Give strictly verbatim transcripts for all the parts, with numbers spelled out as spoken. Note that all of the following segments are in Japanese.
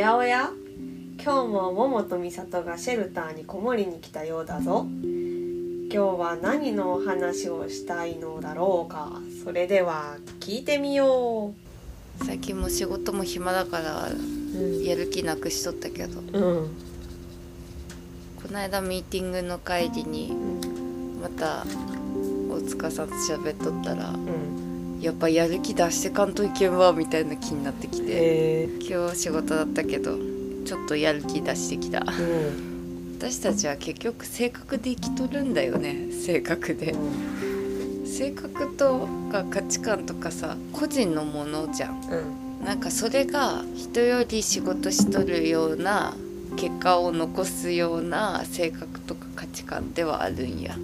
やおや、今日もももとみさとがシェルターにこもりに来たようだぞ。今日は何の話をしたいのだろうか。それでは聞いてみよう。最近も仕事も暇だからやる気なくしとったけど、うん、この間ミーティングの帰りにまた大塚さんと喋っとったら、うん、やっぱやる気出してかんといけんわみたいな気になってきて、今日仕事だったけどちょっとやる気出してきた、うん、私たちは結局性格で生きとるんだよね。性格で、うん、性格とか価値観とかさ、個人のものじゃん、うん、なんかそれが人より仕事しとるような結果を残すような性格とか価値観ではあるんや、うん、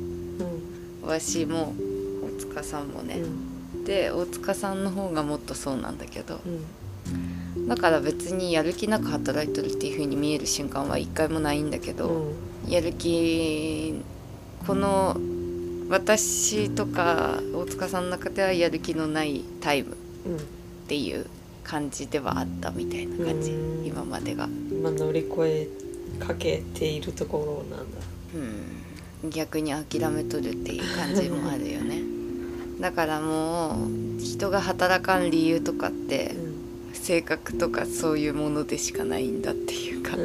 わしも大塚さんもね、うん、で大塚さんの方がもっとそうなんだけど、うん、だから別にやる気なく働いとるっていう風に見える瞬間は一回もないんだけど、うん、やる気、この私とか大塚さんの中ではやる気のないタイムっていう感じではあったみたいな感じ、うん、今までが今乗り越えかけているところなんだ。 うん、逆に諦めとるっていう感じもあるよねだからもう人が働かん理由とかって、うん、性格とかそういうものでしかないんだっていうか、うん、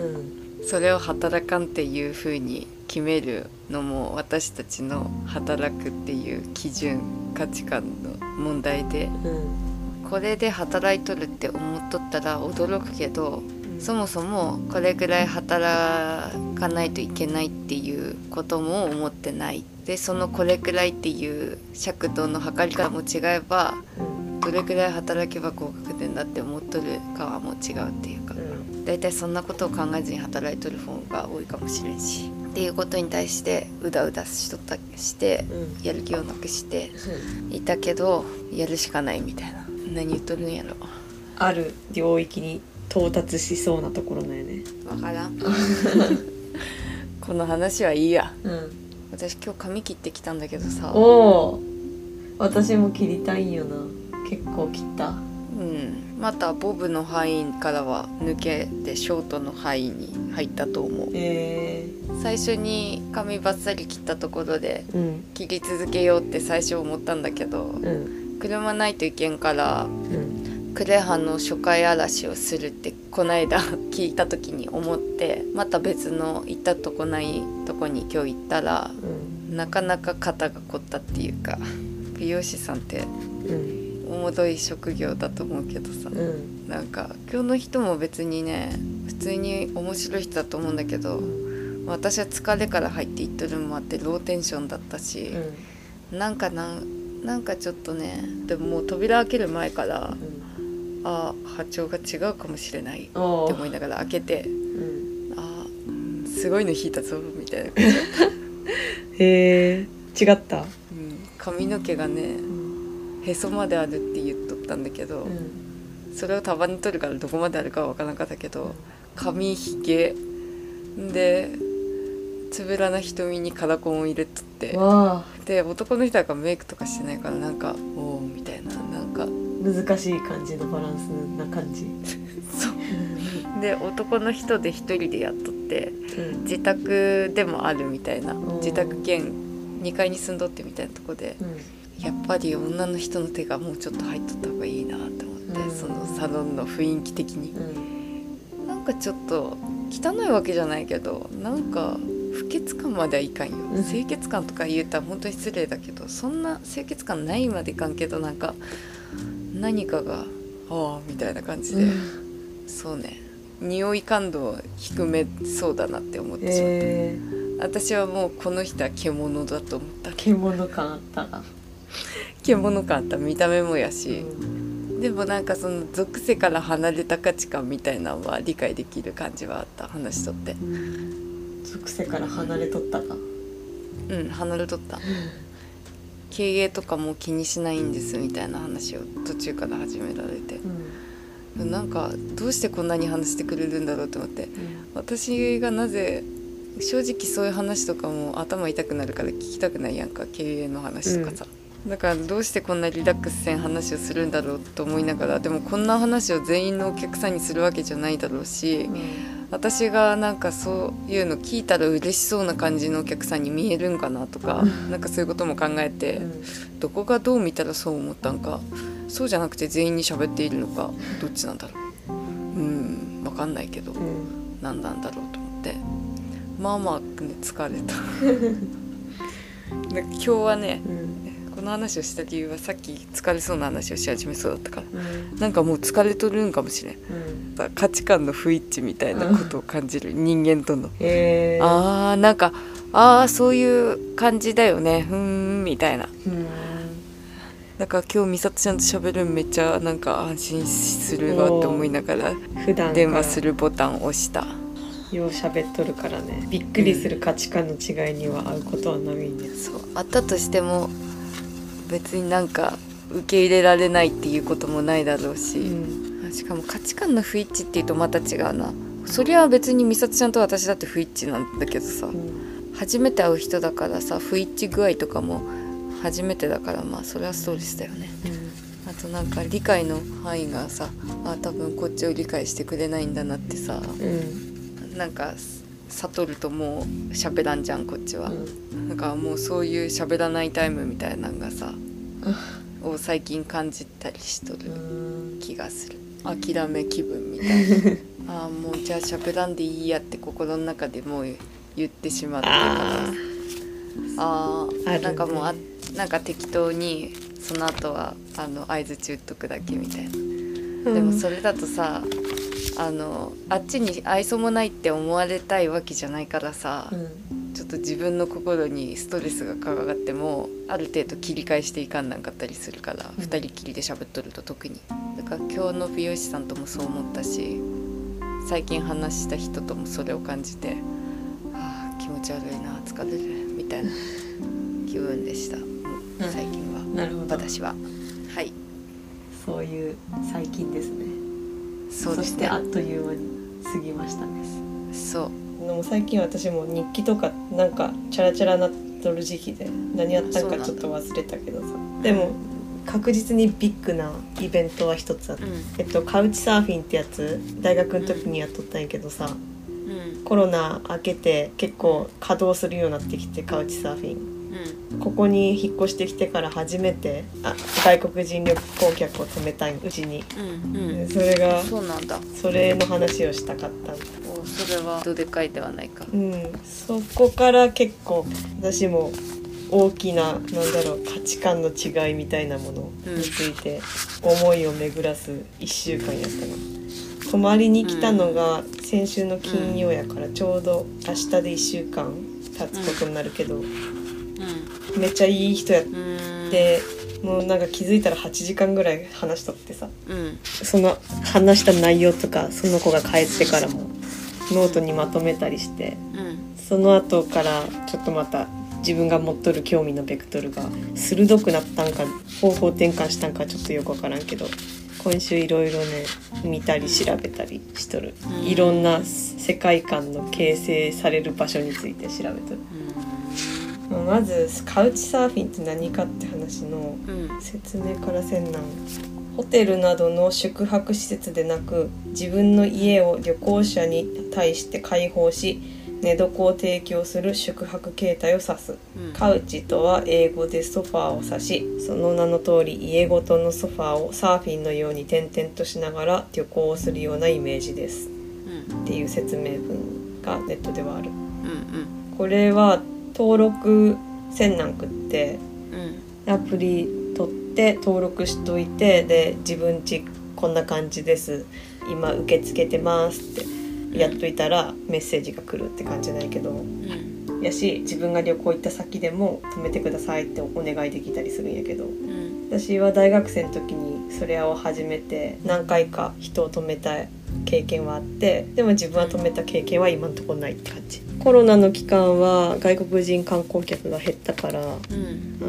それを働かんっていう風に決めるのも私たちの働くっていう基準価値観の問題で、うん、これで働いとるって思っとったら驚くけど、うん、そもそもこれぐらい働かないといけないっていうことも思ってないで、そのこれくらいっていう尺度の測り方も違えば、どれくらい働けば合格点だって思っとるかはもう違うっていうか、だいたいそんなことを考えずに働いとる方が多いかもしれんしっていうことに対してうだうだしとったしてやる気をなくしていたけど、やるしかないみたいな、何言っとるんやろ。 ある領域に到達しそうなところだよね。 わからんこの話はいいや、うん、私今日髪切ってきたんだけどさ。 おー、私も切りたいんよな。結構切った。うん 、またボブの範囲からは抜けてショートの範囲に入ったと思う。 えー、最初に髪バッサリ切ったところで、うん、切り続けようって最初思ったんだけど、うん、車ないといけんから、うん、クレハの初回荒らしをするってこないだ聞いた時に思って、また別の行ったとこないとこに今日行ったら、うん、なかなか肩が凝ったっていうか、美容師さんって、うんおもろい職業だと思うけどさ、うん、なんか今日の人も別にね普通に面白い人だと思うんだけど、私は疲れから入っていっとるのもあってローテンションだったし、うん、なんかなんなんかちょっとね、でももう扉開ける前から、うん、あ波長が違うかもしれないって思いながら開けて、うん、あすごいの引いたぞみたいな感じだったへえ違った、うん、 髪の毛がねへそまであるって言っとったんだけど、うん、それを束に取るからどこまであるかは分からなかったけど、髪ひげでつぶらな瞳にカラコンを入れとって、で男の人だからメイクとかしてないからなんかおーみたいな、なんか難しい感じのバランスな感じそうで男の人で一人でやっとって、うん、自宅でもあるみたいな、自宅兼にかいに住んどってみたいなとこで、うんやっぱり女の人の手がもうちょっと入っとった方がいいなって思って、うん、そのサロンの雰囲気的に、うん、なんかちょっと汚いわけじゃないけどなんか不潔感まではいかんよ、うん、清潔感とか言うたら本当に失礼だけどそんな清潔感ないまでいかんけどなんか何かがああみたいな感じで、うん、そうね匂い感度低めそうだなって思ってしまった、えー、私はもうこの人は獣だと思った。 獣感あったな獣感あった見た目もやし、うん、でもなんかその属性から離れた価値観みたいなのは理解できる感じはあった。話しとって、うん、 属性から離れとったか。 うん離れとった経営とかも気にしないんですみたいな話を途中から始められて、うん、なんかどうしてこんなに話してくれるんだろうと思って、うん、私がなぜ正直そういう話とかも頭痛くなるから聞きたくないやんか、経営の話とかさ、 だからどうしてこんなリラックスせん話をするんだろうと思いながら、でもこんな話を全員のお客さんにするわけじゃないだろうし、うん、私がなんかそういうの聞いたら嬉しそうな感じのお客さんに見えるんかなとか、うん、なんかそういうことも考えて、うん、どこがどう見たらそう思ったんか、そうじゃなくて全員に喋っているのか、どっちなんだろう、うん分かんないけど、うん、何なんだろうと思って、まあまあ、ね、疲れた今日はね、うん、この話をした理由はさっき疲れそうな話をし始めそうだったから、うん、なんかもう疲れとるんかもしれん、うん、価値観の不一致みたいなことを感じる、うん、人間との、えー、あーなんかあーそういう感じだよねふーんみたいな、うん、だから今日美里ちゃんと喋るんめっちゃなんか安心するわって思いながら電話するボタンを押した。 よう喋っとるからね、びっくりする価値観の違いには合うことはないんで、 うん、そうあったとしても別になんか受け入れられないっていうこともないだろうし、うん、しかも価値観の不一致っていうとまた違うな。そりゃ別に美里ちゃんと私だって不一致なんだけどさ、うん、初めて会う人だからさ不一致具合とかも初めてだから、まあそれはストレスだよね、うん、あとなんか理解の範囲がさ、あ多分こっちを理解してくれないんだなってさ、うんなんか悟るともう喋らんじゃんこっちは、うん、なんかもうそういう喋らないタイムみたいなのがさ、うん、を最近感じたりしとる気がする。諦め気分みたいなああもうじゃあ喋らんでいいやって心の中でもう言ってしまってからああ、ね、なんかもうあなんか適当にその後はあの相づち打っとくだけみたいな、うん、でもそれだとさあのあっちに愛想もないって思われたいわけじゃないからさ、うん、ちょっと自分の心にストレスがかかってもある程度切り返していかんなんかったりするから、うん、ふたりきりで喋っとると特にだから今日の美容師さんともそう思ったし最近話した人ともそれを感じて、はあ、気持ち悪いな疲れるみたいな気分でした、うん、最近は。 なるほど私ははいそういう最近ですね。 そうですね、 そしてあっという間に過ぎましたね。 そうでも最近私も日記とかなんかチャラチャラなっとる時期で何やったんかちょっと忘れたけどさ、でも確実にビッグなイベントは一つあって、うんえっと、カウチサーフィンってやつ大学の時にやっとったんやけどさ、うん、コロナ明けて結構稼働するようになってきてカウチサーフィンここに引っ越してきてから初めてあ外国人旅行客を止めたいうちに、うんうん、それがそうなんだそれの話をしたかったんだ。 おそれはどでかいではないか、 うん、そこから結構私も大きななんだろう価値観の違いみたいなものについて思いを巡らすいっしゅうかんやったの。泊まりに来たのが先週の金曜やからちょうど明日でいっしゅうかん経つことになるけど、うんうん、めっちゃいい人やってもうなんか気づいたらはちじかんぐらい話しとってさ、うん、その話した内容とかその子が帰ってからもノートにまとめたりして、うん、その後からちょっとまた自分が持っとる興味のベクトルが鋭くなったんか方法転換したんかちょっとよくわからんけど今週いろいろね見たり調べたりしとる、うん、いろんな世界観の形成される場所について調べとる、うん、まずカウチサーフィンって何かって話の説明からせんなん、ホテルなどの宿泊施設でなく自分の家を旅行者に対して開放し寝床を提供する宿泊形態を指す、うん、カウチとは英語でソファーを指しその名の通り家ごとのソファーをサーフィンのように転々としながら旅行をするようなイメージです、うん、っていう説明文がネットではある、うんうん、これは登録せんなんくって、うん、アプリ取って登録しといてで自分ちこんな感じです今受け付けてますってやっといたらメッセージが来るって感じじゃないけど、うん、やし自分が旅行行った先でも止めてくださいってお願いできたりするんやけど、うん、私は大学生の時にそれを始めて何回か人を止めた経験はあってでも自分は止めた経験は今のところないって感じ。コロナの期間は外国人観光客が減ったから、うん、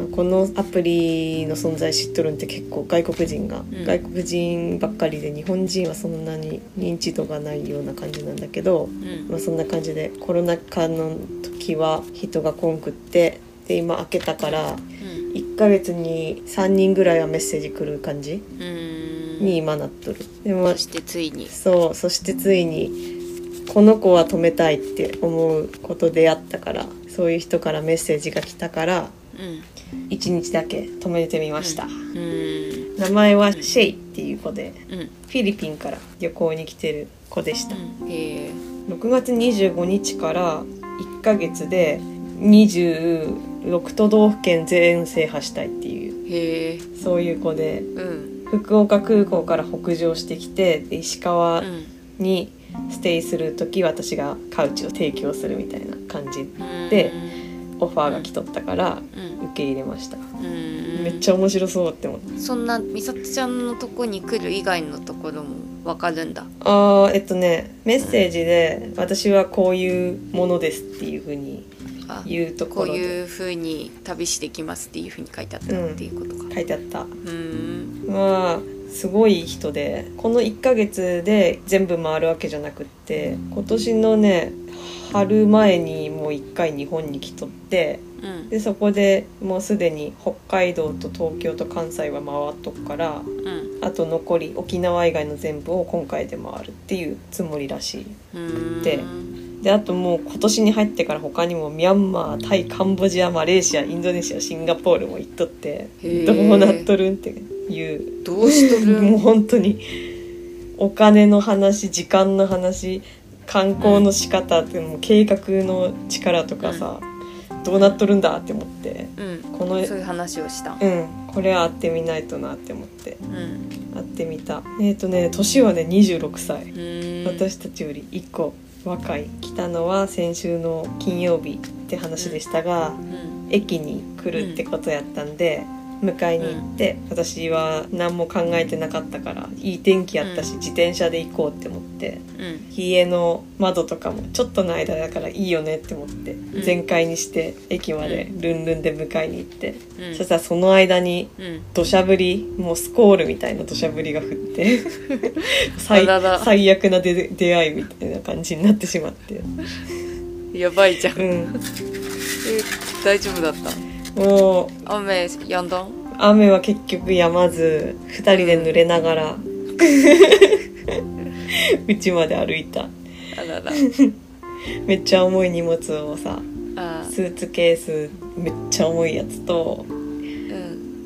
このアプリの存在知っとるんって結構外国人が、うん、外国人ばっかりで日本人はそんなに認知度がないような感じなんだけど、うんまあ、そんな感じでコロナ禍の時は人がこんくってで今開けたからいっかげつにさんにんぐらいはメッセージ来る感じうんに今なっとる。でもそしてついにそうそしてついにこの子は止めたいって思うことであったから、そういう人からメッセージが来たからうんいちにちだけ止めてみました、 うん、 名前はシェイっていう子で、 うん、 フィリピンから旅行に来てる子でした、 うん、へろくがつにじゅうごにちからいっかげつでにじゅうろく都道府県全制覇したいっていうへえそういう子で、 うん、 福岡空港から北上してきて石川うんにステイする時私がカウチを提供するみたいな感じでオファーが来とったから受け入れました、 うん、 めっちゃ面白そうって思って。 そんなみさとちゃんのとこに来る以外のところも分かるんだ。 あーえっとねメッセージで私はこういうものですっていう風に言うところで、 こういう風に旅してきますっていう風に書いてあったっていうことか、 うん、書いてあった。 うーんまあすごい人で、このいっかげつで全部回るわけじゃなくって、今年のね春前にもういっかい日本に来とって、うん、でそこでもうすでに北海道と東京と関西は回っとくから、うん、あと残り沖縄以外の全部を今回で回るっていうつもりらしい。でであともう今年に入ってから他にもミャンマー、タイ、カンボジア、マレーシア、インドネシア、シンガポールも行っとって、どうなっとるんっていう、 どうしとるんもう本当にお金の話、時間の話、観光の仕方ってもう計画の力とかさ、うん、どうなっとるんだって思って、うん、 このそういう話をした。 うん、これは会ってみないとなって思って、 うん、 会ってみた。えっとね年はねにじゅうろくさい、私たちよりいっこ若い。来たのは先週の金曜日って話でしたが、うん、駅に来るってことやったんで、うん、迎えに行って、うん、私は何も考えてなかったからいい天気やったし、うん、自転車で行こうって思って、うん、家の窓とかもちょっとの間だからいいよねって思って、うん、全開にして駅までルンルンで迎えに行って、うん、そしたらその間に土砂降り、もうスコールみたいな土砂降りが降って最, 最悪な出, 出会いみたいな感じになってしまってやばいじゃん、 うん、え大丈夫だった？もう雨止んだん？ 雨は結局止まずふたりで濡れながら家まで歩いた。 あららめっちゃ重い荷物をさ、スーツケースめっちゃ重いやつと、うん、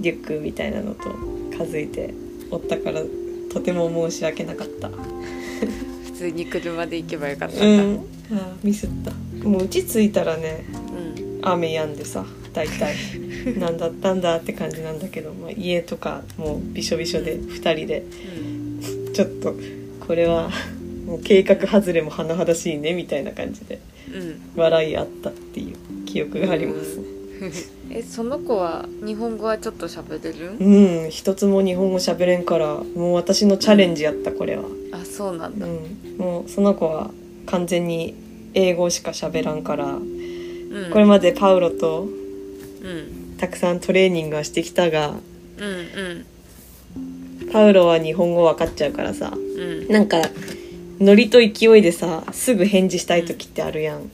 リュックみたいなのと数えておったからとても申し訳なかった普通に車で行けばよかったんだ、うん、 あミスった。もううち着いたらね、うん、雨止んでさ大体何だったんだって感じなんだけど、まあ、家とかもうびしょびしょでふたりで、うん、ちょっとこれはもう計画外れも甚だしいねみたいな感じで、うん、笑いあったっていう記憶がありますね、 うん、えその子は日本語はちょっと喋れる？ うん一つも日本語喋れんから、もう私のチャレンジやったこれは。 あそうなんだ、 うん、もうその子は完全に英語しか喋らんから、うん、これまでパウロとうんたくさんトレーニングはしてきたが、うんうん、パウロは日本語分かっちゃうからさ、うん、なんかノリと勢いでさすぐ返事したい時ってあるやん、うん、って、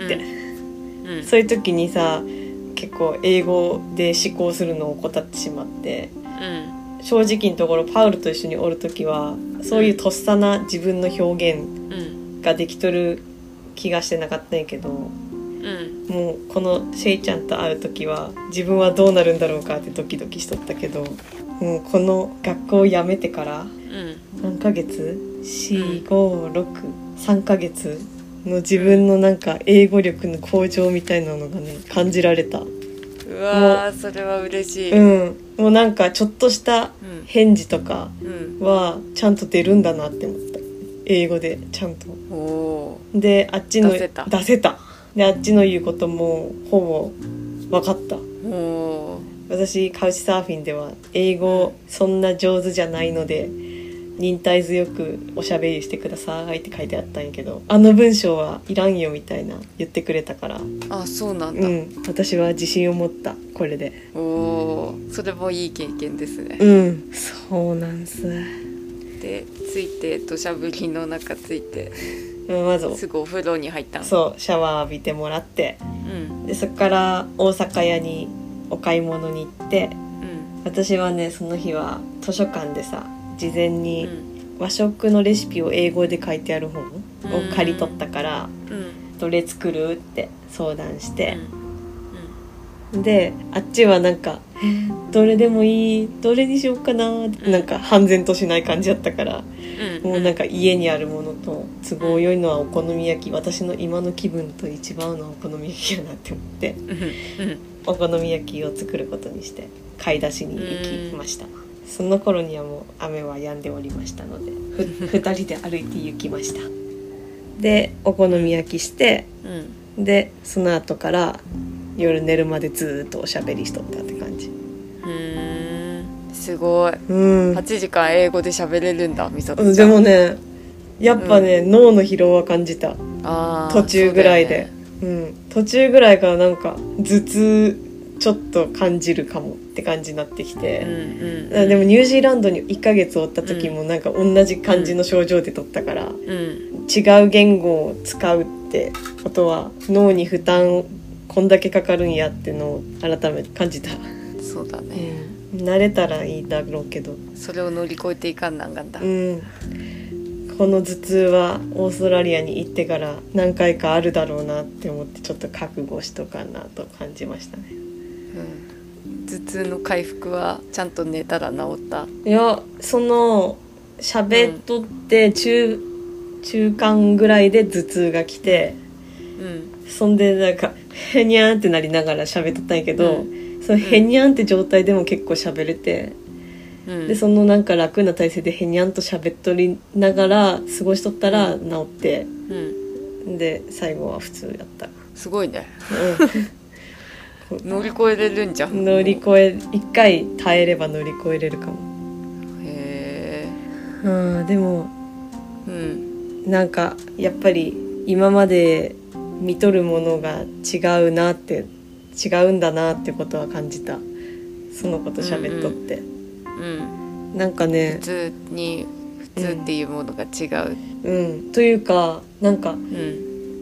うんうん、そういう時にさ結構英語で思考するのを怠ってしまって、うん、正直のところパウロと一緒におる時はそういうとっさな自分の表現ができとる気がしてなかったんやけど、うん、もうこのシェイちゃんと会う時は自分はどうなるんだろうかってドキドキしとったけど、もうこの学校を辞めてから何ヶ月 ?よん、ご、ろく、さんかげつの自分のなんか英語力の向上みたいなのがね感じられた。 うわーそれは嬉しい。 うん、もうなんかちょっとした返事とかはちゃんと出るんだなって思った。英語でちゃんと。おーであっちの出せた。 出せた。であっちの言うこともほぼ分かった。お私カウチサーフィンでは英語そんな上手じゃないので忍耐強くおしゃべりしてくださいって書いてあったんやけど、あの文章はいらんよみたいな言ってくれたから、 あそうなんだ、 うん、私は自信を持ったこれで。 おーそれもいい経験ですね。 うんそうなんす。 でついて土砂降りの中ついてまずすぐお風呂に入ったの。 そうシャワー浴びてもらって、うん、でそこから大阪屋にお買い物に行って、 うん、 私はねその日は図書館でさ事前に和食のレシピを英語で書いてある本を借り取ったから、 うん、 どれ作るって相談して、 うん、 であっちはなんかどれでもいいどれにしようかなって、なんか半然としない感じだったから、 うん、 もうなんか家にあるものと都合良いのはお好み焼き、私の今の気分と一番合うのはお好み焼きやなって思って、 うん、 お好み焼きを作ることにして買い出しに行きました。その頃にはもう雨は止んでおりましたのでふふたりで歩いて行きました。でお好み焼きして、 うん、 でその後から夜寝るまでずっとおしゃべりしとったって感じ。 うーんすごい、 うん、 はちじかん英語で喋れるんだみさとちゃん。 でもねやっぱね、うん、脳の疲労は感じた。 あ途中ぐらいで、う、ね、うん、途中ぐらいからなんか頭痛ちょっと感じるかもって感じになってきて、 うんうんうん、 でもニュージーランドにいっかげつおった時もなんか同じ感じの症状でとったから、うん、違う言語を使うってことは脳に負担こんだけかかるんやってのを改めて感じた。 そうだね、 うん、慣れたらいいだろうけどそれを乗り越えていかんなんがんだ、 うん、この頭痛はオーストラリアに行ってから何回かあるだろうなって思ってちょっと覚悟しとかなと感じましたね。 うん、頭痛の回復はちゃんと寝たら治った？ いやその喋っとって中、うん、中間ぐらいで頭痛が来て、うん、そんでなんかへにゃーってなりながら喋っとったんやけど、うん、そのへにゃんって状態でも結構喋れて、うん、でそのなんか楽な体勢でへにゃんと喋っとりながら過ごしとったら治って、うん、で最後は普通やった。 すごいね、 うん、 乗り越えれるんじゃん。 乗り越え一回耐えれば乗り越えれるかも。 へえ、うん、でも、 うん、 なんかやっぱり今まで見とるものが違うなって違うんだなってことは感じた。そのこと喋っとって、うんうん、 なんかね普通に普通っていうものが違う、 うん、うん、というかなんか、うん、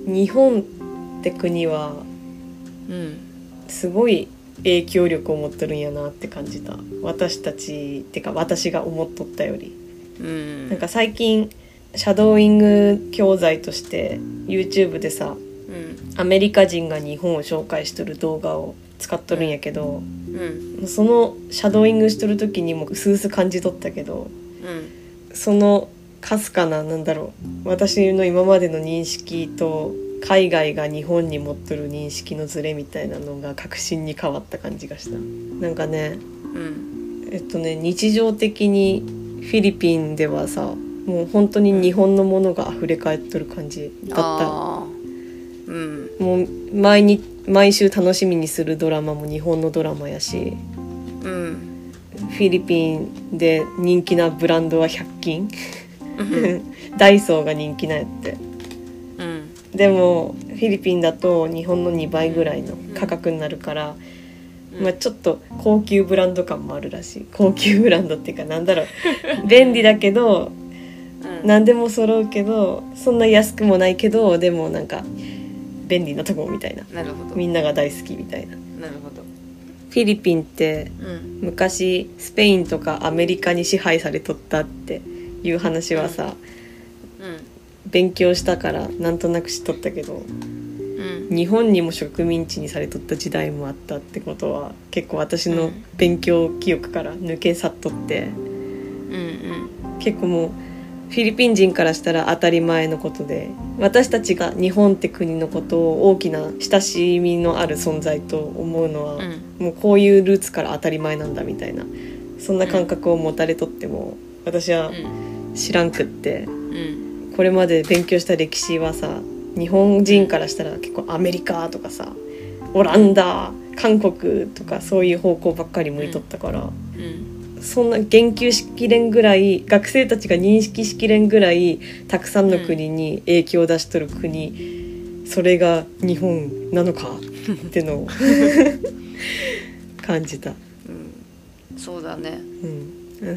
日本って国は、うん、すごい影響力を持ってるんやなって感じた。私たちってか私が思っとったより、うん、なんか最近シャドーイング教材として YouTube でさ、うん、アメリカ人が日本を紹介しとる動画を使っとるんやけど、うん、そのシャドーイングしとる時にもうすうす感じとったけど、うん、そのかすかななんだろう私の今までの認識と海外が日本に持っとる認識のズレみたいなのが確信に変わった感じがした。なんかね、うん、えっとね日常的にフィリピンではさもう本当に日本のものが溢れ返っとる感じだった、うん、もう毎日毎週楽しみにするドラマも日本のドラマやし、うん、フィリピンで人気なブランドはひゃく均ダイソーが人気なんやって、うん、でもフィリピンだと日本のにばいぐらいの価格になるから、うんまあ、ちょっと高級ブランド感もあるらしい。高級ブランドっていうかなんだろう便利だけど、うん、何でも揃うけどそんな安くもないけどでもなんか便利なとこみたいな。 なるほど。 みんなが大好きみたいな。 なるほど。 フィリピンって、うん、昔スペインとかアメリカに支配されとったっていう話はさ、うんうん、勉強したからなんとなく知っとったけど、うん、日本にも植民地にされとった時代もあったってことは結構私の勉強記憶から抜け去っとって、うんうん、結構もうフィリピン人からしたら当たり前のことで私たちが日本って国のことを大きな親しみのある存在と思うのは、うん、もうこういうルーツから当たり前なんだみたいなそんな感覚を持たれとっても私は知らんくって、うん、これまで勉強した歴史はさ日本人からしたら結構アメリカとかさオランダ韓国とかそういう方向ばっかり向いとったから、うんうん、そんな言及しきれんぐらい学生たちが認識しきれんぐらいたくさんの国に影響を出しとる国、うん、それが日本なのかってのを感じた、 うん、そうだね、 うん、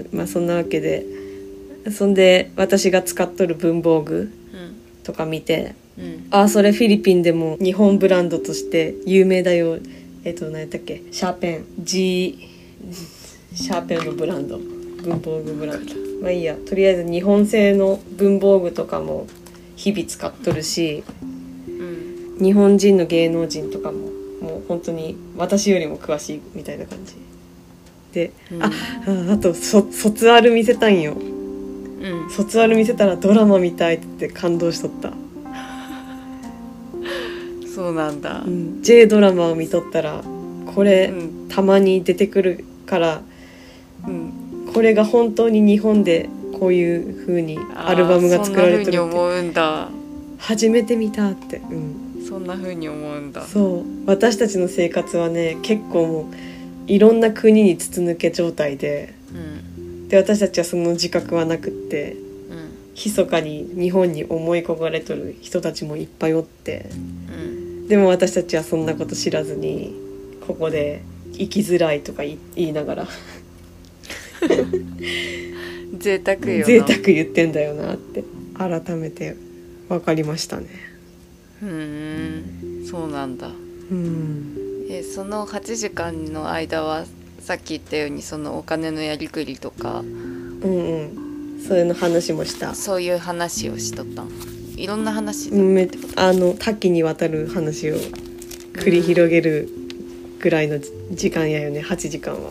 まあそんなわけでそんで私が使っとる文房具とか見て、うん、ああそれフィリピンでも日本ブランドとして有名だよえっと何やったっけ、シャーペン G シャーペンのブランド、文房具ブランド、まあいいや、とりあえず日本製の文房具とかも日々使っとるし、うん、日本人の芸能人とかももう本当に私よりも詳しいみたいな感じで、うん、あ, あとそ卒アル見せたんよ、うん、卒アル見せたらドラマみたいって感動しとった。 そうなんだ、 うん、J ドラマを見とったらこれ、うん、たまに出てくるから、うん、これが本当に日本でこういう風にアルバムが作られてるって、 そんな風に思うんだ、 初めて見たって、うん、 そんな風に思うんだ。 そう、私たちの生活はね結構もういろんな国に筒抜け状態で、うん、で私たちはその自覚はなくって、うん、密かに日本に思い焦がれとる人たちもいっぱいおって、うん、でも私たちはそんなこと知らずにここで生きづらいとか言いながら贅沢よな、 贅沢言ってんだよなって改めて分かりましたね。 うーん、そうなんだ。 うん、 えそのはちじかんの間はさっき言ったようにそのお金のやりくりとか、 うんうん、そういうの話もした。 そういう話をしとったん。いろんな話だめあの多岐にわたる話を繰り広げるぐらいの時間やよね、はちじかんは。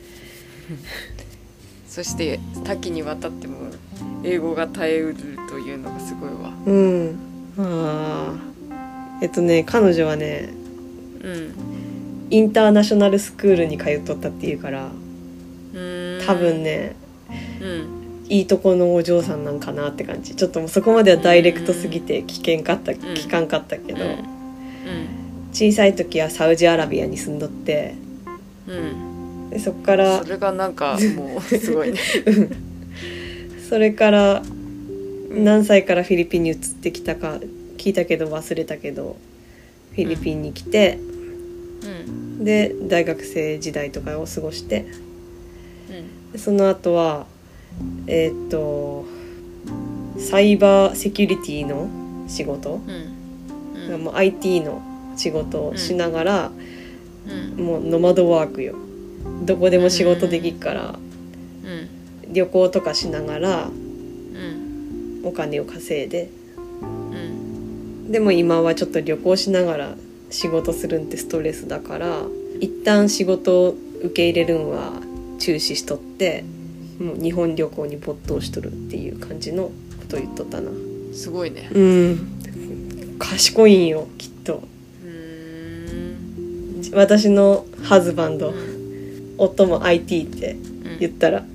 そして多岐にわたっても英語が耐えうるというのがすごいわ。 うん、あえっとね彼女はね、うん、インターナショナルスクールに通っとったっていうから、うーん、多分ね、うん、いいとこのお嬢さんなんかなって感じ。ちょっともうそこまではダイレクトすぎて聞けんかった、うん、聞かんかったけど、うんうん、小さい時はサウジアラビアに住んどって、うん、でそっからそれがなんかもうすごいねそれから何歳からフィリピンに移ってきたか聞いたけど忘れたけどフィリピンに来て、うん、で大学生時代とかを過ごして、うん、その後はえー、っとサイバーセキュリティの仕事、うんうん、もう アイティー の仕事をしながら、うん、もうノマドワークよ。どこでも仕事できるから、うん、旅行とかしながら、うん、お金を稼いで、うん、でも今はちょっと旅行しながら仕事するんってストレスだから一旦仕事を受け入れるんは中止しとってもう日本旅行に没頭しとるっていう感じのことを言っとったな。 すごいね。 うん、賢いんよきっと。うーん、私のハズバンド、うん、夫も アイティー って言ったら、うん、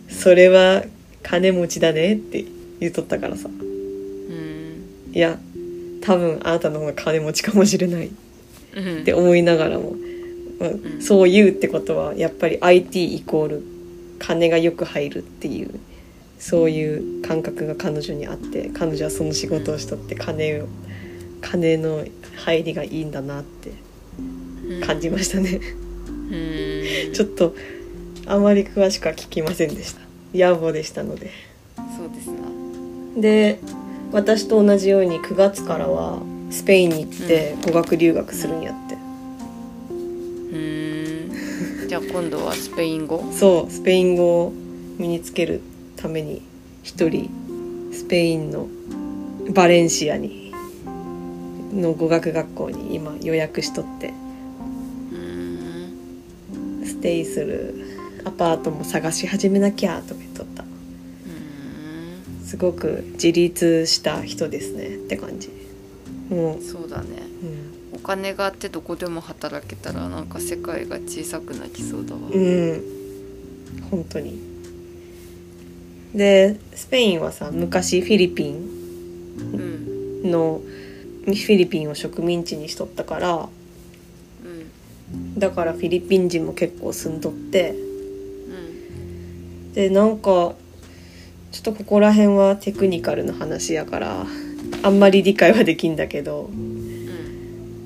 それは金持ちだねって言っとったからさ、うん、いや多分あなたの方が金持ちかもしれないって思いながらも、うん、そう言うってことはやっぱり アイティー イコール金がよく入るっていうそういう感覚が彼女にあって、彼女はその仕事をしとって金を金の入りがいいんだなって感じましたね。うんちょっとあまり詳しくは聞きませんでした。野暮でしたので。 そうですな。 で私と同じようにくがつからはスペインに行って語学留学するんやって。 うーんじゃあ今度はスペイン語？ そう、スペイン語を身につけるために一人スペインのバレンシアにの語学学校に今予約しとって、うーんステイするアパートも探し始めなきゃとか言っとった。うーんすごく自立した人ですねって感じ。もうそうだね、うん、お金があってどこでも働けたらなんか世界が小さくなりそうだわ。 うん本当に。でスペインはさ昔フィリピンの、うん、フィリピンを植民地にしとったから、うん、だからフィリピン人も結構住んどって、うん、でなんかちょっとここら辺はテクニカルな話やからあんまり理解はできんだけど、うん、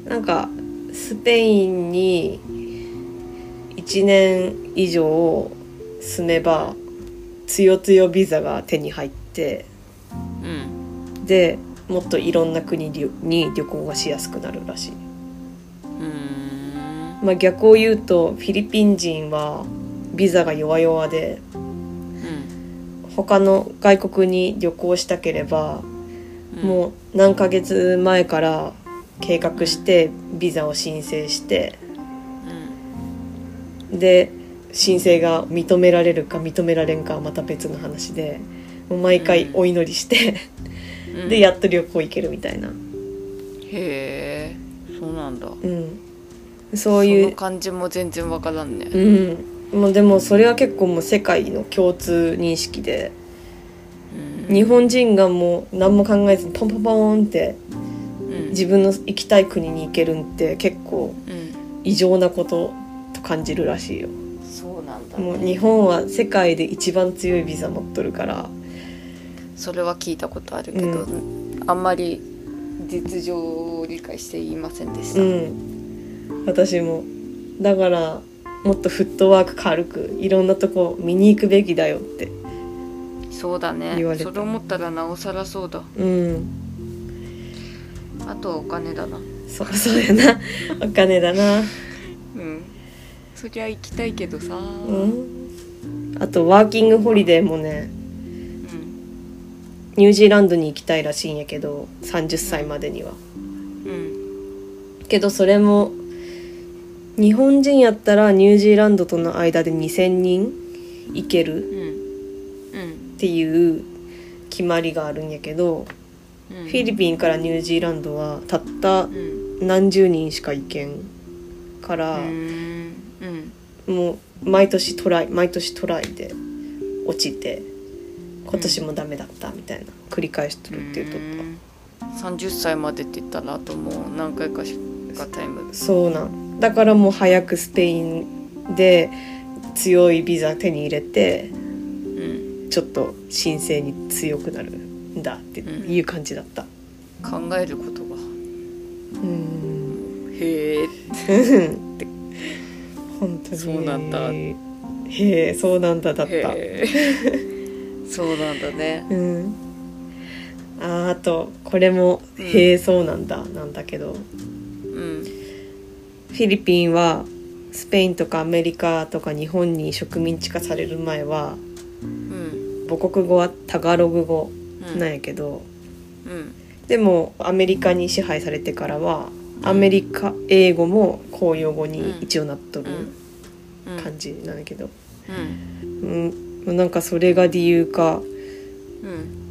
なんかスペインにいちねん以上住めばつよつよビザが手に入って、うん、でもっといろんな国に旅行がしやすくなるらしい。うーんまあ、逆を言うとフィリピン人はビザが弱々で、うん、他の外国に旅行したければ、うん、もう何ヶ月前から計画してビザを申請して、うん、で申請が認められるか認められんかはまた別の話で、もう毎回お祈りして、うん、でやっと旅行行けるみたいな。 へえ、そうなんだ。 うん、そういうその感じも全然わからんね。 うん、もうでもそれは結構もう世界の共通認識で、うん、日本人がもう何も考えずにポンポンポンって、うん、自分の行きたい国に行けるんって結構異常なことと感じるらしいよ。 そうなんだね。 もう日本は世界で一番強いビザ持っとるから。 それは聞いたことあるけど、うん、あんまり実情を理解していませんでした。 うん、私もだからもっとフットワーク軽くいろんなとこ見に行くべきだよってそうだね、 言われた。 それ思ったらなおさらそうだ。 うん、 あとはお金だな。 そうそうやなお金だな。 うん、そりゃ行きたいけどさ、うん、あとワーキングホリデーもね、うん、ニュージーランドに行きたいらしいんやけどさんじゅっさいまでには、うん、けどそれも日本人やったらニュージーランドとの間でにせんにん行けるっていう決まりがあるんやけど、うん、フィリピンからニュージーランドはたった何十人しか行けんから、うんうん、もう毎年トライ毎年トライで落ちて今年もダメだったみたいな繰り返しとるって言うとった。 さんじゅっさいまでって言ったらあともう何回かしかタイム。 そうなんだからもう早くスペインで強いビザ手に入れて、うん、ちょっと申請に強くなるんだっていう感じだった、 うん、考えることがうんへえって本当にそうなんだへえそうなんだだったそうなんだね、 うん、あ, あとこれも、うん、へえそうなんだなんだけど、うん、フィリピンはスペインとかアメリカとか日本に植民地化される前は、うん、母国語はタガログ語なんやけど、うんうん、でもアメリカに支配されてからはアメリカ英語も公用語に一応なっとる感じなんやけど、うんうん、なんかそれが理由か、うん、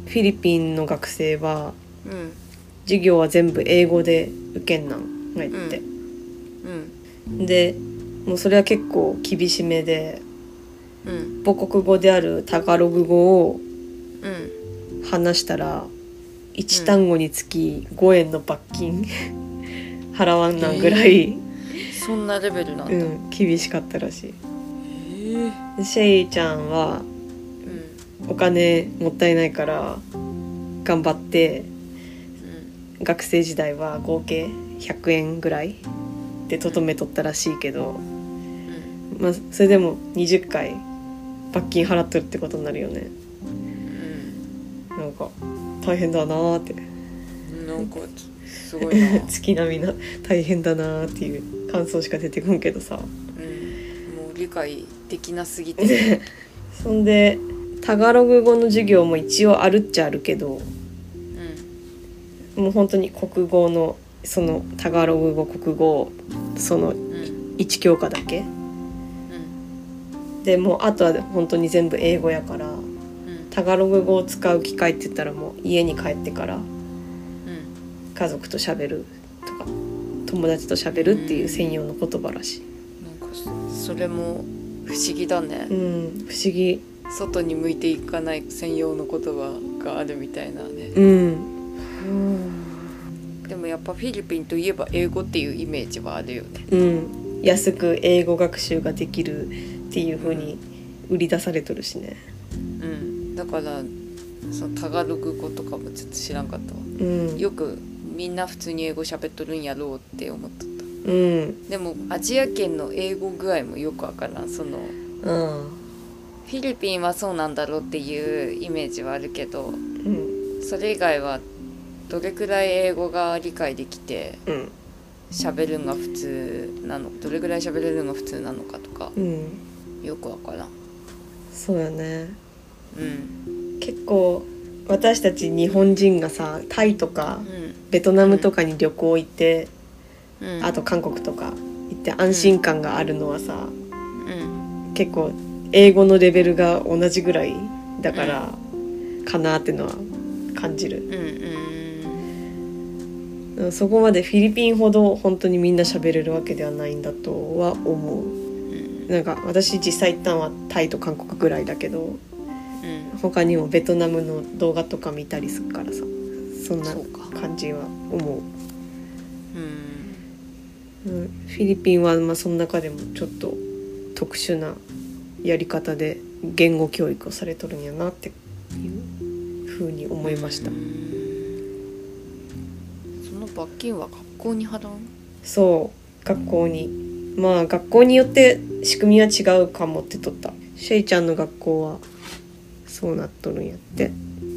フィリピンの学生は、うん、授業は全部英語で受けんなんが言って、うんうん、でもうそれは結構厳しめで、うん、母国語であるタガログ語を話したらいち単語につきごえんの罰金払わんなんぐらい、えー、そんなレベルなんだ、うん、 厳しかったらしい、えー、シェイちゃんは、うん、お金もったいないから頑張って、うん、学生時代は合計ひゃくえんぐらいでとどめとったらしいけど、うんまあ、それでもにじゅっかい罰金払っとるってことになるよね、うん、なんか大変だなーってなんかすごいな月並みな大変だなっていう感想しか出てこんけどさ、うん、 もう理解できなすぎてそんでタガログ語の授業も一応あるっちゃあるけど、うん、もう本当に国語のそのタガログ語国語そのいち教科だけ、うん、でもうあとは本当に全部英語やから、うん、タガログ語を使う機会って言ったらもう家に帰ってから、うん、家族と喋るとか友達と喋るっていう専用の言葉らしい、 うん、なんかそれも不思議だね、 うん、不思議。 外に向いていかない専用の言葉があるみたいなね、 うんうん、でもやっぱフィリピンといえば英語っていうイメージはあるよね、 うん、安く英語学習ができるっていう風に売り出されとるしね、 うん、だからそのタガログ語とかもちょっと知らんかったわ、うん、よくみんな普通に英語喋っとるんやろうって思っとった、うん、でもアジア圏の英語具合もよくわからん。その、うん、フィリピンはそうなんだろうっていうイメージはあるけど、うん、それ以外はどれくらい英語が理解できて、うん、 喋るんが普通なの、どれぐらい喋れるのが普通なのかとか、うん、よくわからん。 そうやね、うん、結構私たち日本人がさ、タイとか、うん、ベトナムとかに旅行行って、うん、あと韓国とか行って安心感があるのはさ、うん、結構英語のレベルが同じぐらいだから、うん、かなってのは感じる、うんうん、そこまでフィリピンほど本当にみんな喋れるわけではないんだとは思う、うん、なんか私実際行ったのはタイと韓国ぐらいだけど、うん、他にもベトナムの動画とか見たりするからさ、そんな感じは思う、うん、フィリピンはまあその中でもちょっと特殊なやり方で言語教育をされとるんやなっていうふうに思いました。 その罰金は学校に払う？ そう、学校に。まあ学校によって仕組みは違うかもってとった。シェイちゃんの学校はそうなっとるんやって。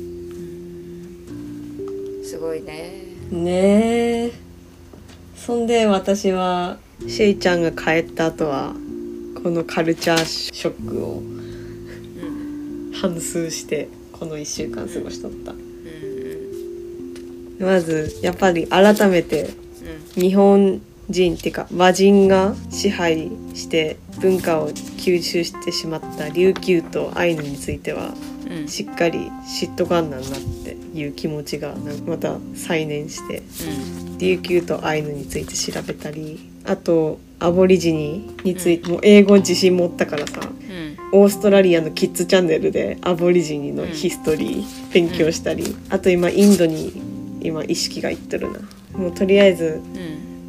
すごいね。 ねえ。そんで私はシェイちゃんが帰った後はこのカルチャーショックを反芻してこのいっしゅうかん過ごしとった、うんうん、まずやっぱり改めて日本人っていうか和人が支配して文化を吸収してしまった琉球とアイヌについては、うん、しっかり知っとかんなんなっていう気持ちがまた再燃して、うん、琉球とアイヌについて調べたり、あとアボリジニについて、うん、もう英語自信持ったからさ、うん、オーストラリアのキッズチャンネルでアボリジニのヒストリー勉強したり、うん、あと今インドに今意識がいっとるな。もうとりあえず、うん、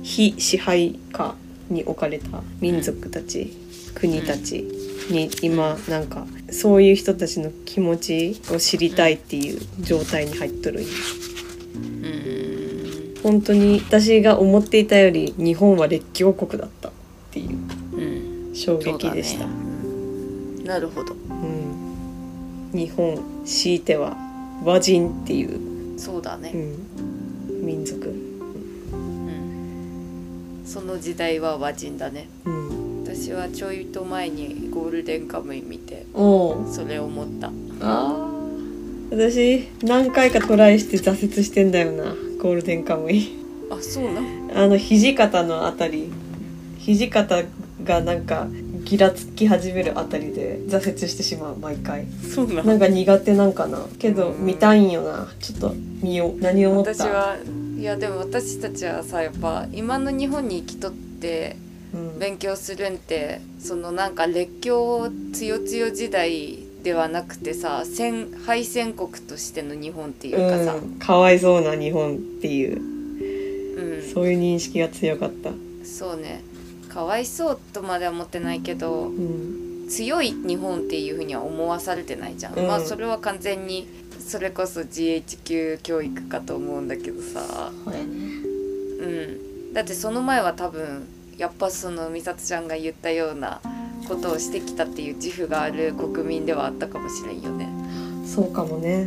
非支配下に置かれた民族たち、うん、国たちに今なんかそういう人たちの気持ちを知りたいっていう状態に入っとる。本当に私が思っていたより日本は列強国だったっていう衝撃でした、うん、 なるほど、うん 、日本強いては和人っていうそうだね、うん、民族、うんうん、その時代は和人だね、うん、私はちょいと前にゴールデンカムイ見てそれを思った。 あ私何回かトライして挫折してんだよなゴールデンカムイ。 あ、そうな。 あの土方のあたり、土方がなんかギラつき始めるあたりで挫折してしまう毎回。 そうな。 なんか苦手なんかな。けど見たいんよな。ちょっと見よう。何を思った？ 私はいやでも私たちはさやっぱ今の日本に生きとって勉強するんて、うん、そのなんか列強強強時代ではなくてさ、戦敗戦国としての日本っていうかさ、うん、 かわいそうな日本っていう、うん、そういう認識が強かった。 そうね、かわいそうとまでは思ってないけど、うん、強い日本っていうふうには思わされてないじゃん、うん、まあそれは完全にそれこそ ジーエイチ 級教育かと思うんだけどさ、 そうやね、 うん、だってその前は多分やっぱその美里ちゃんが言ったようなことをしてきたっていう自負がある国民ではあったかもしれんよね。 そうかもね。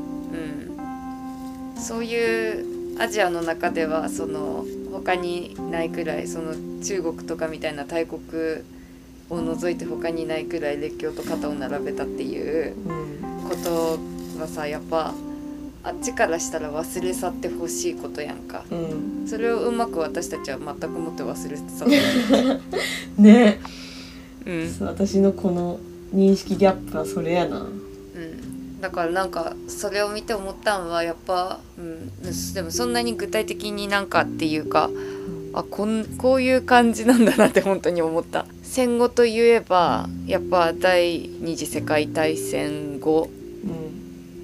うん。そういうアジアの中ではその他にないくらい、その中国とかみたいな大国を除いて他にないくらい列強と肩を並べたっていうことはさ、やっぱあっちからしたら忘れ去ってほしいことやんか、うん、それをうまく私たちは全くもって忘れてたね。 うん、 私のこの認識ギャップはそれやな、うん、だからなんかそれを見て思ったのはやっぱ、うん、でもそんなに具体的になんかっていうか、うん、あこんこういう感じなんだなって本当に思った。戦後といえばやっぱ第二次世界大戦後、うん、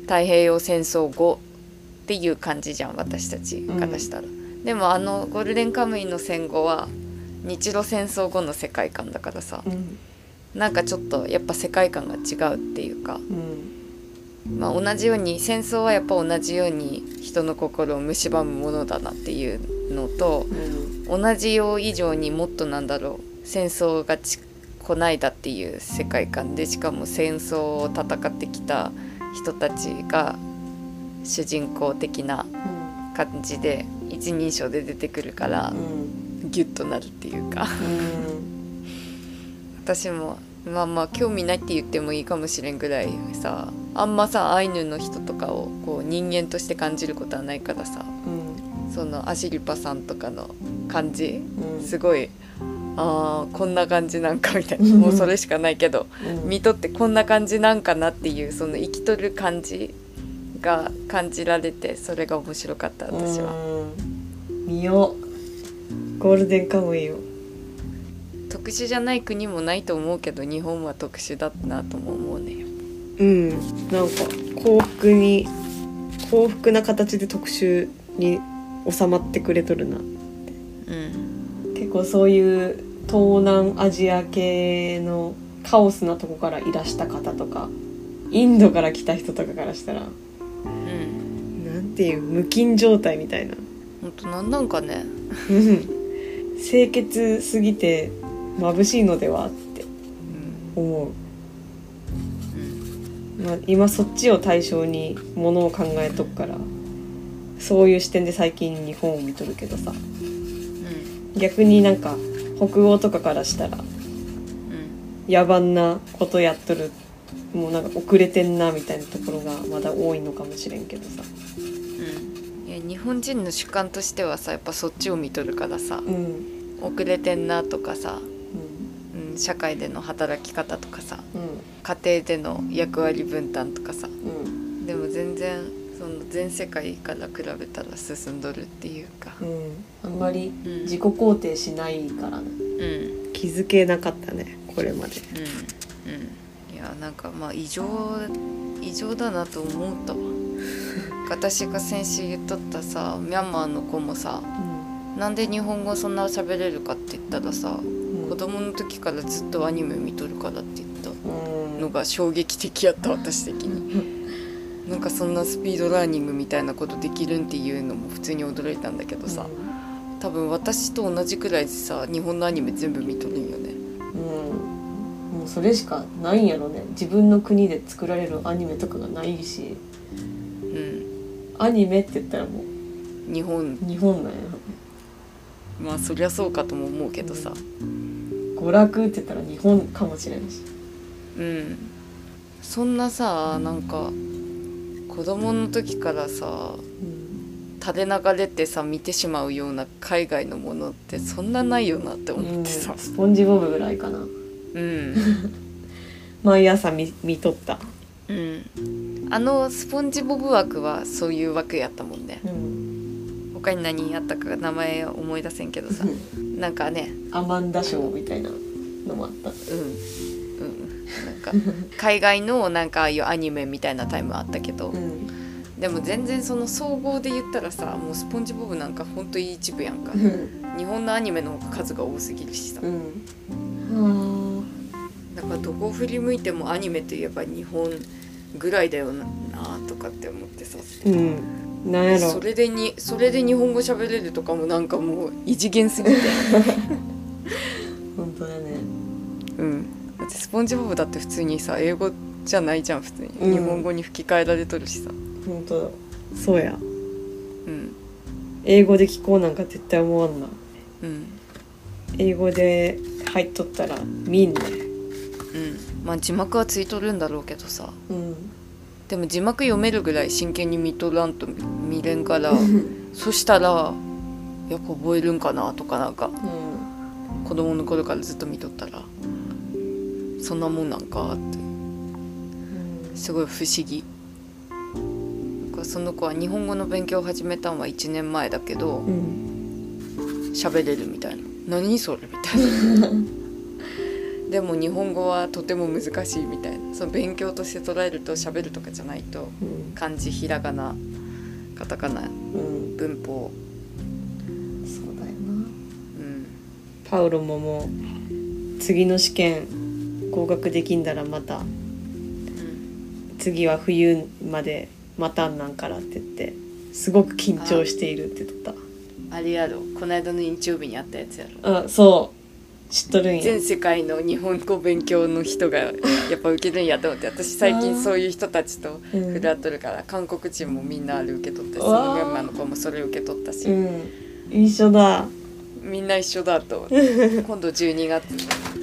太平洋戦争後っていう感じじゃん私たちからしたら、うん、でもあのゴールデンカムイの戦後は日露戦争後の世界観だからさ、うん、なんかちょっとやっぱ世界観が違うっていうか、うん、まあ同じように戦争はやっぱ同じように人の心を蝕むものだなっていうのと、うん、同じよう以上にもっとなんだろう戦争がちこないだっていう世界観で、しかも戦争を戦ってきた人たちが主人公的な感じで一人称で出てくるから、うんギュッとなるっていうかうん私もまあまあ興味ないって言ってもいいかもしれんぐらいさ、あんまさアイヌの人とかをこう人間として感じることはないからさ、 うん、 そのアシリパさんとかの感じ、 うん、 すごいあーこんな感じなんかみたいなもうそれしかないけど、うん、見とってこんな感じなんかなっていうその生きとる感じが感じられて、それが面白かった私は。 うん見よう、ゴールデンカムイよ。 特殊じゃない国もないと思うけど日本は特殊だなとも思うね。 うんなんか幸福に幸福な形で特殊に収まってくれとるなって、うん、結構そういう東南アジア系のカオスなとこからいらした方とかインドから来た人とかからしたら、うん、なんていう無菌状態みたいな、 ほんとなんなんかね清潔すぎて眩しいのではって思う、うんまあ、今そっちを対象にものを考えとくからそういう視点で最近日本を見とるけどさ、うん、逆になんか北欧とかからしたら、うん、野蛮なことやっとるもうなんか遅れてんなみたいなところがまだ多いのかもしれんけどさ、 うん、いや日本人の主観としてはさやっぱそっちを見とるからさ、うん、遅れてんなとかさ、うんうん、社会での働き方とかさ、うん、家庭での役割分担とかさ、うん、でも全然その全世界から比べたら進んどるっていうか、 うん、あんまり自己肯定しないからね、うん、気づけなかったねこれまで、うんうん、 いやなんかまあ異常異常だなと思ったわ私が先週言っとったさミャンマーの子もさ、うん、なんで日本語そんな喋れるかって言ったらさ、うん、子供の時からずっとアニメ見とるからって言ったのが衝撃的やった私的になんかそんなスピードラーニングみたいなことできるんっていうのも普通に驚いたんだけどさ、うん、多分私と同じくらいでさ日本のアニメ全部見とるんよね、 うん、もうそれしかないんやろね。自分の国で作られるアニメとかがないし、うん、アニメって言ったらもう日本日本なんやろね。 まあそりゃそうかとも思うけどさ、 うん、娯楽って言ったら日本かもしれんし、 うんそんなさなんか子供の時からさ、うん、垂れ流れてさ見てしまうような海外のものってそんなないよなって思ってさ、 うん、スポンジボブぐらいかな。うん毎朝 見, 見とった。 うんあのスポンジボブ枠はそういう枠やったもんね、うん、他に何あったか名前思い出せんけどさなんかねアマンダ賞みたいなのもあった。 うんなんか海外のなんかああいうアニメみたいなタイムあったけど、うん、でも全然その総合で言ったらさもうスポンジボブなんかほんと一部やんか、うん、日本のアニメの方が数が多すぎるしさ、うん、だからどこを振り向いてもアニメといえば日本ぐらいだよなとかって思ってさ、うん、なんやろそれでにそれで日本語喋れるとかもなんかもう異次元すぎて本当だね。 うんスポンジボブだって普通にさ英語じゃないじゃん普通に、うん、日本語に吹き替えられとるしさ。 本当だそうや、うん、英語で聞こうなんか絶対思わんな、うん、英語で入っとったら見んね。 うんまあ字幕はついとるんだろうけどさ、うん、でも字幕読めるぐらい真剣に見とらんと見れんからそしたらやっぱ覚えるんかなとかなんか、うん、子供の頃からずっと見とったらそんなもんなんかってすごい不思議。その子は日本語の勉強を始めたのはいちねんまえだけど喋、うん、れるみたいな何それみたいなでも日本語はとても難しいみたいなその勉強として捉えると喋るとかじゃないと、うん、漢字ひらがなカタカナ、うん、文法そうだよな、うん、パウロももう次の試験合格できんだらまた、うん、次は冬まで待たんなんからって言ってすごく緊張しているって言った。 あ, あれやろこの間の日曜日にあったやつやろ。あそう知っとるんや。 全世界の日本語勉強の人がやっぱ受けるんやと思って私最近そういう人たちと触れ合っとるから、うん、韓国人もみんなあれ受け取ったしそのミャンマーの子もそれ受け取ったし、 うん、一緒だ。 みんな一緒だと今度じゅうにがつ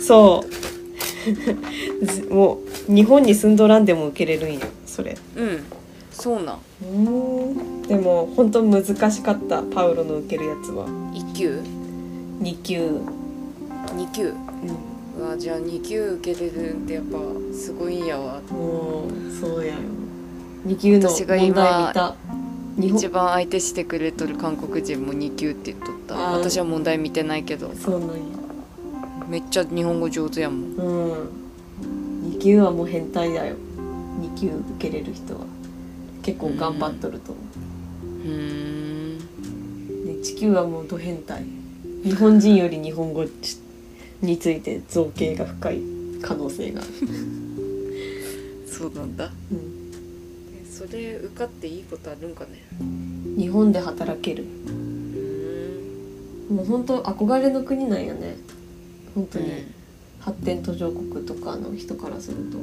そうもう日本に住んどらんでも受けれるんよそれ。 うんそうなん。 うんでも本当難しかったパウロの受けるやつは。 いっ級に級に級、 うん、 うわじゃあに級受けれるってやっぱすごいんやわ。 もうそうやよ。に級の問題見た。 一番相手してくれとる韓国人もに級って言っとった。私は問題見てないけど。 そうなんや。 めっちゃ日本語上手やもん。 うんに級はもう変態だよ。に級受けれる人は結構頑張っとると思う。うんでいち級はもうド変態。日本人より日本語について造形が深い可能性があるそうなんだ、 うん、 それ受かっていいことあるんかね。 日本で働ける。もう本当憧れの国なんやね本当に、うん、発展途上国とかの人からすると、うん、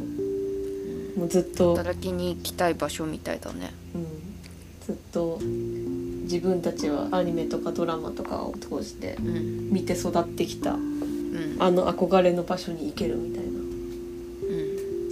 もうずっと働きに行きたい場所みたいだね、 うん、ずっと自分たちはアニメとかドラマとかを通して見て育ってきた、うん、あの憧れの場所に行けるみたいな、うん、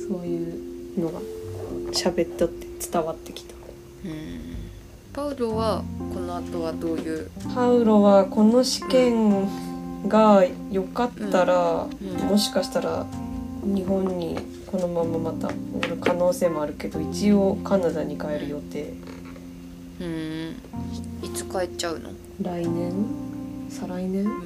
そういうのが喋っとって伝わってきた、うん、 パウロはこの後はどういう。 パウロはこの試験が良かったら、うんうん、もしかしたら日本にこのまままたおる可能性もあるけど一応カナダに帰る予定。 うん、いつ帰っちゃうの？ 来年？再来年？うん、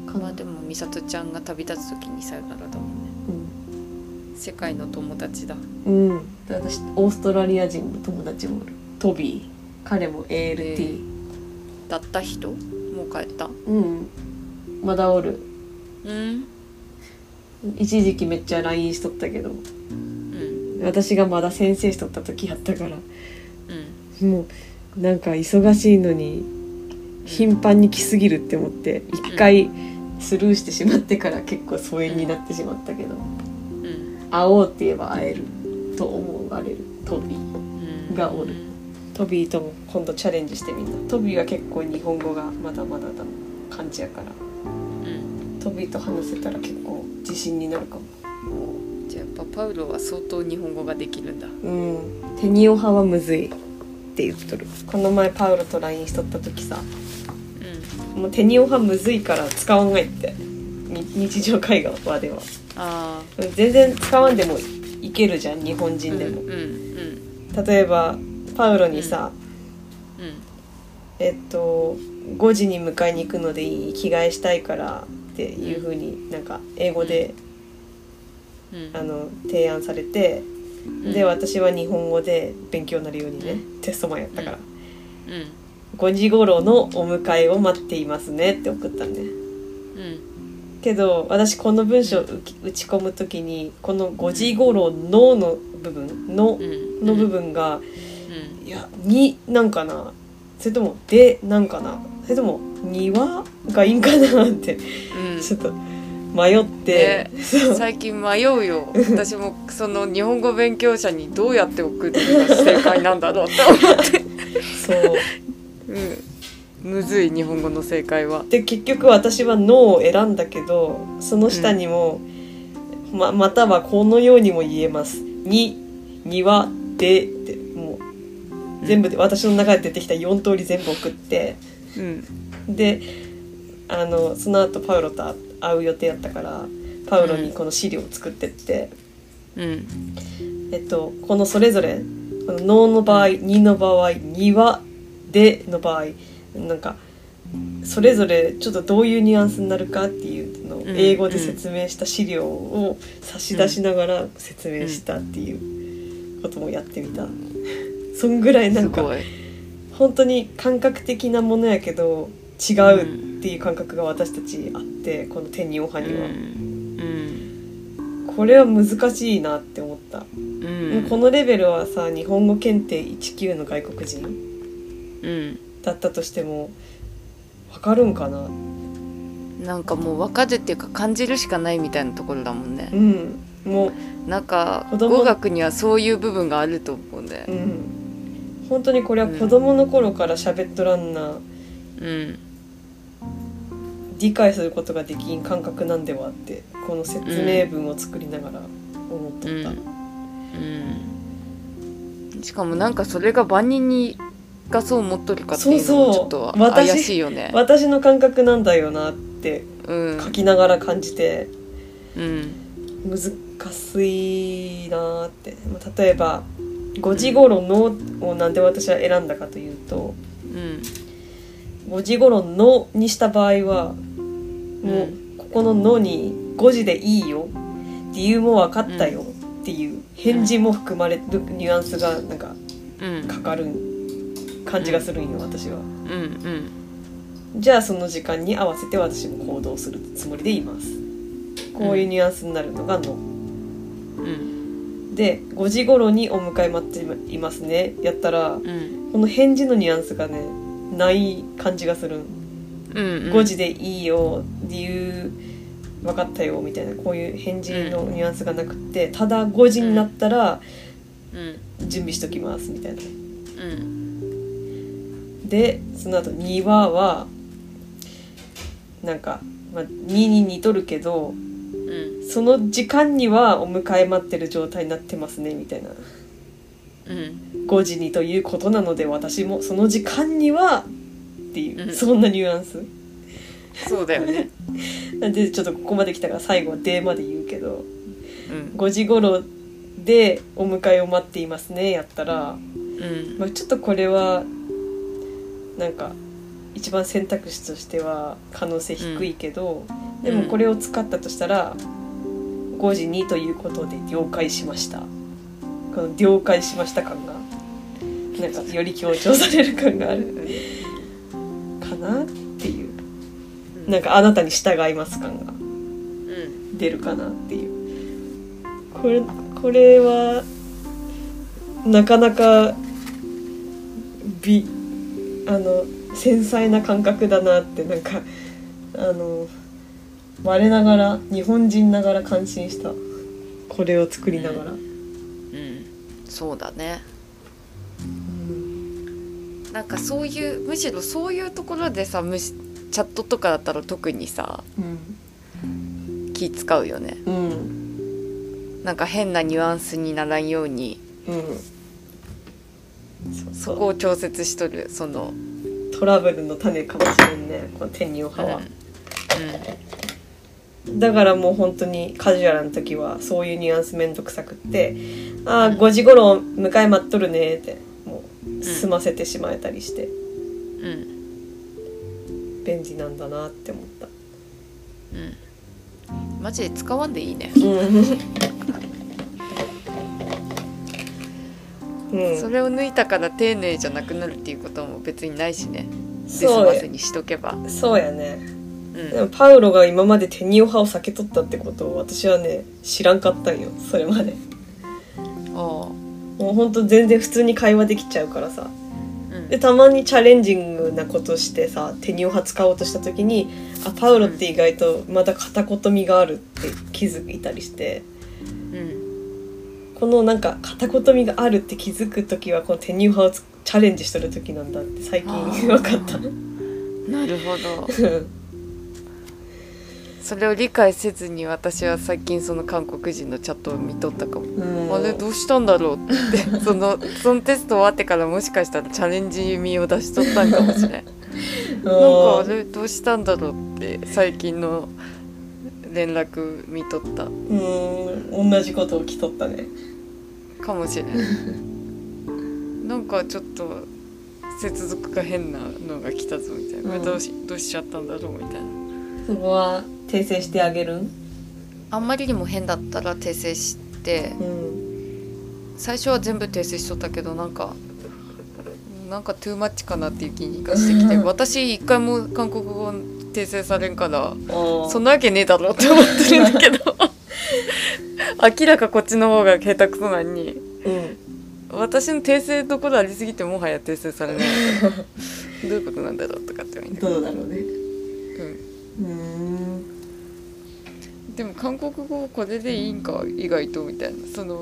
かな。でも美里ちゃんが旅立つ時にさよならだもんね、うん、世界の友達だ。 うん私オーストラリア人の友達もおる。トビー彼も エーエルティー、 えー、だった人？もう帰った？ うんまだおる。うん一時期めっちゃ ライン しとったけど、うん、私がまだ先生しとった時やったから、うん、もうなんか忙しいのに頻繁に来すぎるって思って一回スルーしてしまってから結構疎遠になってしまったけど、うん、会おうって言えば会えると思われるトビーがおる、うん、トビーとも今度チャレンジしてみんな。トビーは結構日本語がまだまだだ感じやから、うん、トビーと話せたら結構自信になるかも。 じゃあやっぱパウロは相当日本語ができるんだ。 うんテニオ派はむずいって言っとる。この前パウロと ライン しとった時さ、うん、もうテニオ派むずいから使わんがいって日常会話では。あ全然使わんでもいけるじゃん日本人でも、うんうんうん、例えばパウロにさ、うんうん、えっとごじに迎えに行くのでいい？着替えしたいからっていう風になんか英語で、うん、あの提案されて、うん、で私は日本語で勉強になるようにね、うん、テスト前やったから、うんうん、ごじ頃のお迎えを待っていますねって送ったんで、うん、けど私この文章を打ち込むときにこのごじ頃のの部分の、うん、の部分が、うん、いやになんかなそれともでなんかなそれとも庭がいいんかなって、うん、ちょっと迷って、 ね、最近迷うよ私もその日本語勉強者にどうやって送るのが正解なんだろうって思ってそう、うん、むずい日本語の正解は。 で結局私はノーを選んだけどその下にも、うん、ま, またはこのようにも言えますに庭でってもう全部で、うん、私の中で出てきたよん通り全部送って、うん、であのその後パウロと会う予定だったからパウロにこの資料を作ってって、うん、えっとこのそれぞれこのノーの場合にの場合庭での場合なんかそれぞれちょっとどういうニュアンスになるかっていうのを英語で説明した資料を差し出しながら説明したっていうこともやってみた。そんぐらいなんか本当に感覚的なものやけど違うっていう感覚が私たちあってこのテニオ派には、うんうん、これは難しいなって思った、うん、このレベルはさ日本語検定いち級の外国人、うん、だったとしても分かるんかな。 なんかもう分かるっていうか感じるしかないみたいなところだもんね、うん、もうなんか語学にはそういう部分があると思うんで、うん、 本当にこれは子供の頃から喋っとらんな、うん理解することができん感覚なんではってこの説明文を作りながら思っとった、うんうん、しかもなんかそれが万人にがそう思っとるかっていうのもちょっと怪しいよね。 そうそう私、私の感覚なんだよなって書きながら感じて、うん、難しいなって。例えばごじ頃のをなんで私は選んだかというと、うん、ごじ頃のにした場合はもうここののにごじでいいよ、理由も分かったよっていう返事も含まれるニュアンスがなんかかかる感じがするんよ私は、うんうん、じゃあその時間に合わせて私も行動するつもりでいます。こういうニュアンスになるのがの、うん、でごじ頃にお迎え待っていますねやったら、うん、この返事のニュアンスがねない感じがする、うんうん、ごじでいいよ理由分かったよみたいなこういう返事のニュアンスがなくて、ただごじになったら、うん、準備しときますみたいな、うん、でその後にわはなんか、まあ、にに似とるけど、うん、その時間にはお迎え待ってる状態になってますねみたいな、うん、ごじにということなので私もその時間にはっていう、うん、そんなニュアンスそうだよねなんでちょっとここまで来たから最後はでまで言うけど、うん、ごじ頃でお迎えを待っていますねやったら、うんまあ、ちょっとこれはなんか一番選択肢としては可能性低いけど、うん、でもこれを使ったとしたらごじにということで了解しました、この了解しました感がなんかより強調される感があるかなっていう、なんかあなたに従います感が出るかなっていう、これこれはなかなかびあの繊細な感覚だなってなんかあの我ながら日本人ながら感心した、これを作りながら、うん、うん、 そうだね、うん、なんかそういうむしろそういうところでさむしチャットとかだったら特にさ、うん、気使うよね、うん、なんか変なニュアンスにならんように、うん、そ, そこを調節しとるそのトラブルの種かもしれんねこの天女派は、うんうん、だからもう本当にカジュアルな時はそういうニュアンスめんどくさくってああごじ頃迎え待っとるねってもう済ませてしまえたりして、うん、便利なんだなって思った、 うん、マジで使わんでいいね、うん、それを抜いたから丁寧じゃなくなるっていうことも別にないしね、で済ませにしとけばそうやね、うん、でもパウロが今までテニオ派を避けとったってことを私はね知らんかったんよそれまで。ああもうほんと全然普通に会話できちゃうからさ、うん、でたまにチャレンジングなことしてさテニオ派使おうとした時にあパウロって意外とまだ片言味があるって気づいたりして、うん、このなんか片言味があるって気づく時はこのテニオ派をチャレンジしてる時なんだって最近分かったなるほどそれを理解せずに私は最近その韓国人のチャットを見とったかも、あれどうしたんだろうってそのそのテスト終わってからもしかしたらチャレンジ味を出しとったんかもしれないなんかあれどうしたんだろうって最近の連絡見とった。うーん同じことを起きとったねかもしれないなんかちょっと接続が変なのが来たぞみたいな、うん、どうし、どうしちゃったんだろうみたいな。 そこは訂正してあげるん？ あんまりにも変だったら訂正して、うん、最初は全部訂正しとったけどなんかなんかトゥーマッチかなっていう気がしてきて私一回も韓国語訂正されんからそんなわけねえだろって思ってるんだけど明らかこっちの方が下手くそなのに、うん、私の訂正ところありすぎてもはや訂正されないからどういうことなんだろうとかって思いながらどうだろうね、うん、うーんでも韓国語これでいいんか意外とみたいなその、うん、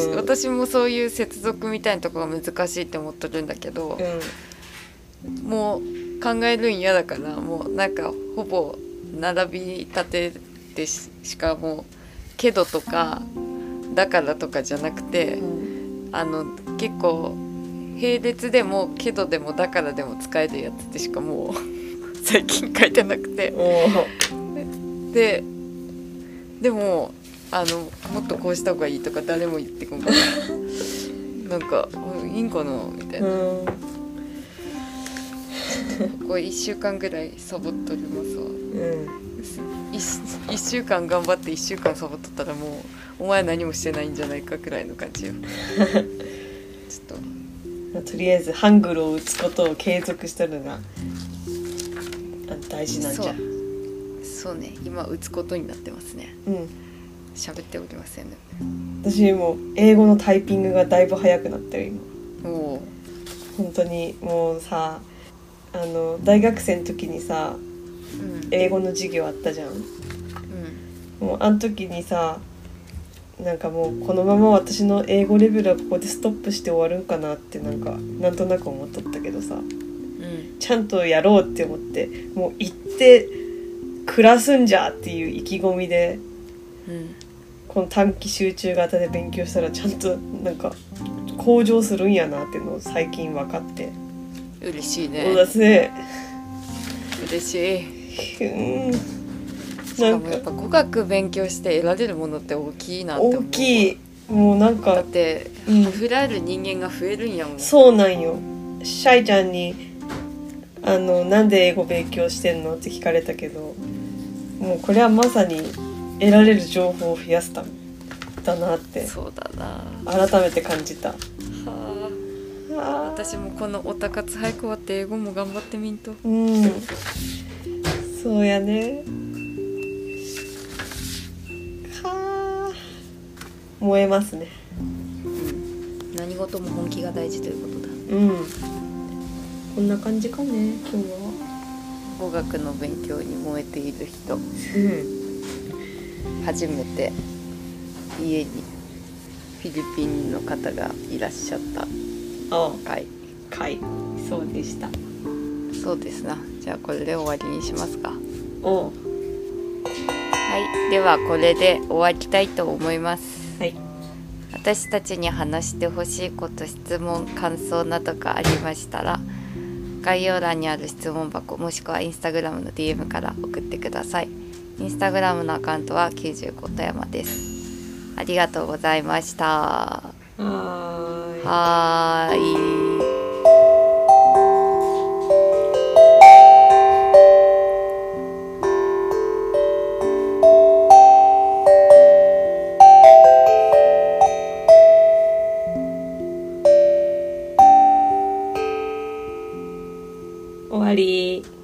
私もそういう接続みたいなところが難しいって思ってるんだけど、うん、もう考えるん嫌だからもうなんかほぼ並び立てて し, しかもけどとかだからとかじゃなくて、うん、あの結構並列でもけどでもだからでも使えるやつってしかもう最近書いてなくてででもあのもっとこうした方がいいとか誰も言ってこんからなんかいいんかなみたいな、うん、これいっしゅうかんぐらいサボっとりますわ、うん、1, いっしゅうかん頑張っていっしゅうかんサボっとったらもうお前何もしてないんじゃないかくらいの感じよちょっととりあえずハングルを打つことを継続してるのが大事なんじゃ。 そう、そうね、今打つことになってますね。 うん、 喋っておりませんね。 私も英語のタイピングがだいぶ早くなってる今。 お本当にもうさ、あの大学生の時にさ、うん、英語の授業あったじゃん、うん、もうあの時にさ、なんかもうこのまま私の英語レベルはここでストップして終わるんかなってなんかなんとなく思っとったけどさ、うん、ちゃんとやろうって思ってもう行って暮らすんじゃっていう意気込みで、うん、この短期集中型で勉強したらちゃんとなんか向上するんやなっていうのを最近分かって、 嬉しいね。 そうですね。 嬉しい。うん。しかもやっぱ語学勉強して得られるものって大きいなって思う。 大きい。もうなんかだって、うん、触れる人間が増えるんやもん。 そうなんよ。シャイちゃんにあのなんで英語勉強してんのって聞かれたけど、もうこれはまさに得られる情報を増やすためだなってそうだな改めて感じた。はあ、私もこのオタ活早く終わって英語も頑張ってみんと。 うん、そうやね。はあ、燃えますね、 うん、何事も本気が大事ということだ。 うん、こんな感じかね今日は。 語学の勉強に燃えている人、うん、初めて家にフィリピンの方がいらっしゃった回回そうでした。 そうですな。じゃあこれで終わりにしますか。 おはい 、ではこれで終わりたいと思います。 はい、 私たちに話してほしいこと、質問、感想などがありましたら概要欄にある質問箱もしくはインスタグラムの ディーエム から送ってください。インスタグラムのアカウントはきゅうじゅうごとやまです。ありがとうございました。はーい。 はーい。 終わり。